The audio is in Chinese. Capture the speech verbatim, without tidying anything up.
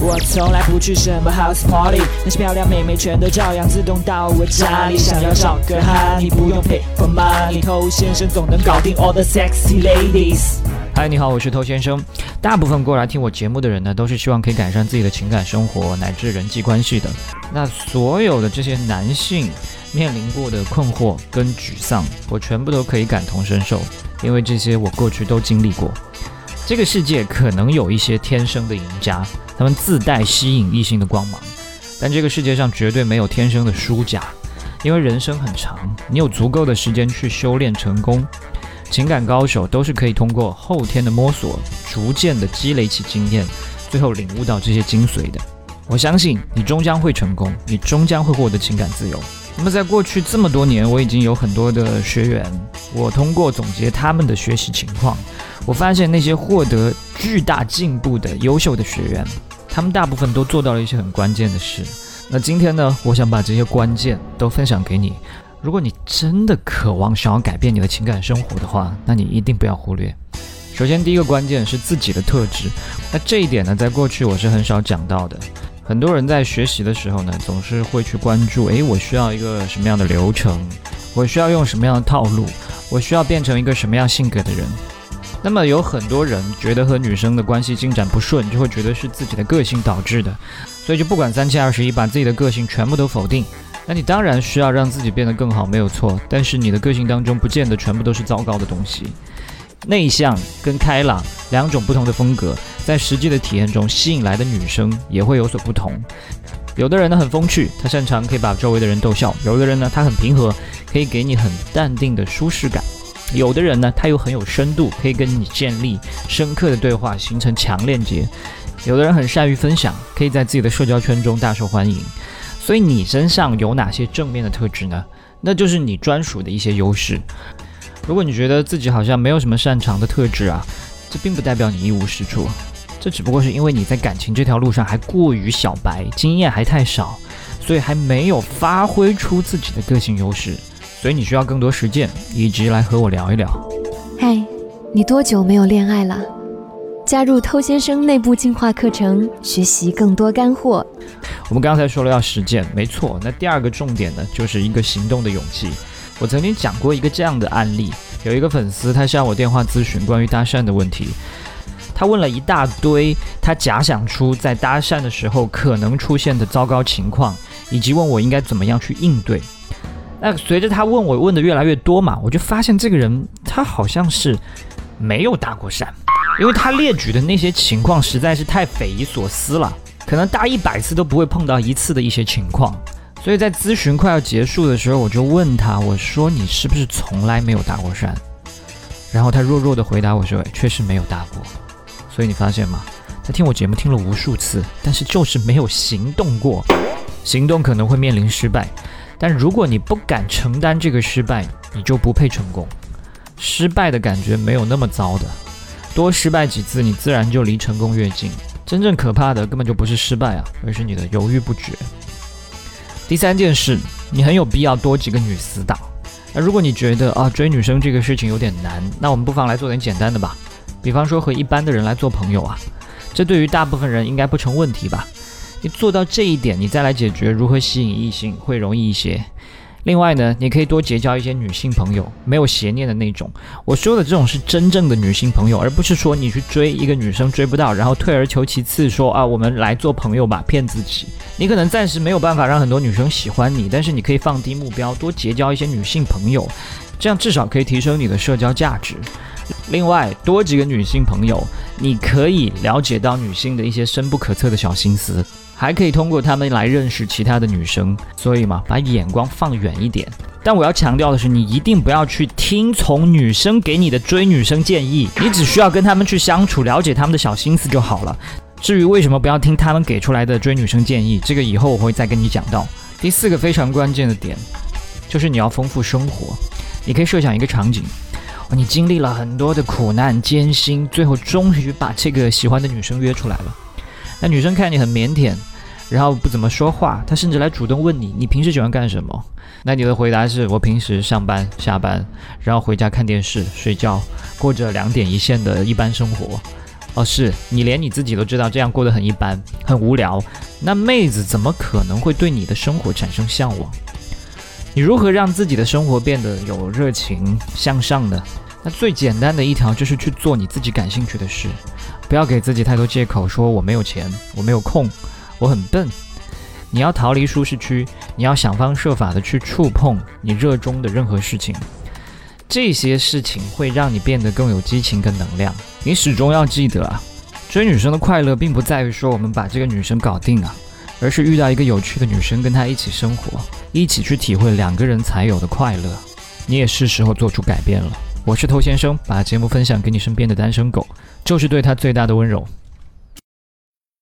我从来不去什么 house party， 那些漂亮妹妹全都照样自动到我家里。想要找个哈，你不用 pay for money， 偷先生总能搞定 all the sexy ladies。 嗨，你好，我是偷先生。大部分过来听我节目的人呢，都是希望可以改善自己的情感生活乃至人际关系的。那所有的这些男性面临过的困惑跟沮丧，我全部都可以感同身受，因为这些我过去都经历过。这个世界可能有一些天生的赢家，他们自带吸引异性的光芒，但这个世界上绝对没有天生的输家，因为人生很长，你有足够的时间去修炼成功。情感高手都是可以通过后天的摸索，逐渐的积累起经验，最后领悟到这些精髓的。我相信你终将会成功，你终将会获得情感自由。那么在过去这么多年，我已经有很多的学员，我通过总结他们的学习情况，我发现那些获得巨大进步的优秀的学员，他们大部分都做到了一些很关键的事。那今天呢，我想把这些关键都分享给你。如果你真的渴望想要改变你的情感生活的话，那你一定不要忽略。首先第一个关键是自己的特质，那这一点呢，在过去我是很少讲到的。很多人在学习的时候呢，总是会去关注，诶，我需要一个什么样的流程，我需要用什么样的套路，我需要变成一个什么样性格的人。那么有很多人觉得和女生的关系进展不顺，就会觉得是自己的个性导致的，所以就不管三七二十一，把自己的个性全部都否定。那你当然需要让自己变得更好，没有错，但是你的个性当中不见得全部都是糟糕的东西。内向跟开朗两种不同的风格，在实际的体验中吸引来的女生也会有所不同。有的人呢很风趣，他擅长可以把周围的人逗笑；有的人呢他很平和，可以给你很淡定的舒适感；有的人呢他又很有深度，可以跟你建立深刻的对话，形成强链接；有的人很善于分享，可以在自己的社交圈中大受欢迎。所以你身上有哪些正面的特质呢？那就是你专属的一些优势。如果你觉得自己好像没有什么擅长的特质啊，这并不代表你一无是处，这只不过是因为你在感情这条路上还过于小白，经验还太少，所以还没有发挥出自己的个性优势，所以你需要更多实践，以及来和我聊一聊。 嗨，你多久没有恋爱了？加入偷先生内部进化课程，学习更多干货。 我们刚才说了要实践，没错。那第二个重点呢，就是一个行动的勇气。我曾经讲过一个这样的案例，有一个粉丝他向我电话咨询关于搭讪的问题，他问了一大堆他假想出在搭讪的时候可能出现的糟糕情况，以及问我应该怎么样去应对。那随着他问我问的越来越多嘛，我就发现这个人他好像是没有搭过讪，因为他列举的那些情况实在是太匪夷所思了，可能搭一百次都不会碰到一次的一些情况。所以在咨询快要结束的时候，我就问他，我说你是不是从来没有搭过讪？然后他弱弱的回答我说，确实没有搭过。所以你发现吗？他听我节目听了无数次，但是就是没有行动过。行动可能会面临失败，但如果你不敢承担这个失败，你就不配成功。失败的感觉没有那么糟的，多失败几次，你自然就离成功越近。真正可怕的根本就不是失败啊，而是你的犹豫不决。第三件事，你很有必要多几个女死党。那如果你觉得啊追女生这个事情有点难，那我们不妨来做点简单的吧，比方说和一般的人来做朋友啊，这对于大部分人应该不成问题吧。你做到这一点，你再来解决如何吸引异性会容易一些。另外呢，你可以多结交一些女性朋友，没有邪念的那种。我说的这种是真正的女性朋友，而不是说你去追一个女生追不到，然后退而求其次说啊我们来做朋友吧，骗自己。你可能暂时没有办法让很多女生喜欢你，但是你可以放低目标，多结交一些女性朋友，这样至少可以提升你的社交价值。另外，多几个女性朋友，你可以了解到女性的一些深不可测的小心思，还可以通过她们来认识其他的女生。所以嘛，把眼光放远一点。但我要强调的是，你一定不要去听从女生给你的追女生建议，你只需要跟她们去相处，了解她们的小心思就好了。至于为什么不要听她们给出来的追女生建议，这个以后我会再跟你讲到。第四个非常关键的点，就是你要丰富生活。你可以设想一个场景，你经历了很多的苦难艰辛，最后终于把这个喜欢的女生约出来了。那女生看你很腼腆，然后不怎么说话，她甚至来主动问你，你平时喜欢干什么？那你的回答是，我平时上班下班，然后回家看电视睡觉，过着两点一线的一般生活。 哦，是你连你自己都知道这样过得很一般，很无聊，那妹子怎么可能会对你的生活产生向往？你如何让自己的生活变得有热情向上呢？那最简单的一条就是去做你自己感兴趣的事，不要给自己太多借口，说我没有钱，我没有空，我很笨。你要逃离舒适区，你要想方设法的去触碰你热衷的任何事情，这些事情会让你变得更有激情跟能量。你始终要记得啊，追女生的快乐并不在于说我们把这个女生搞定啊，而是遇到一个有趣的女生，跟她一起生活，一起去体会两个人才有的快乐。你也是时候做出改变了。我是头先生，把节目分享给你身边的单身狗，就是对他最大的温柔。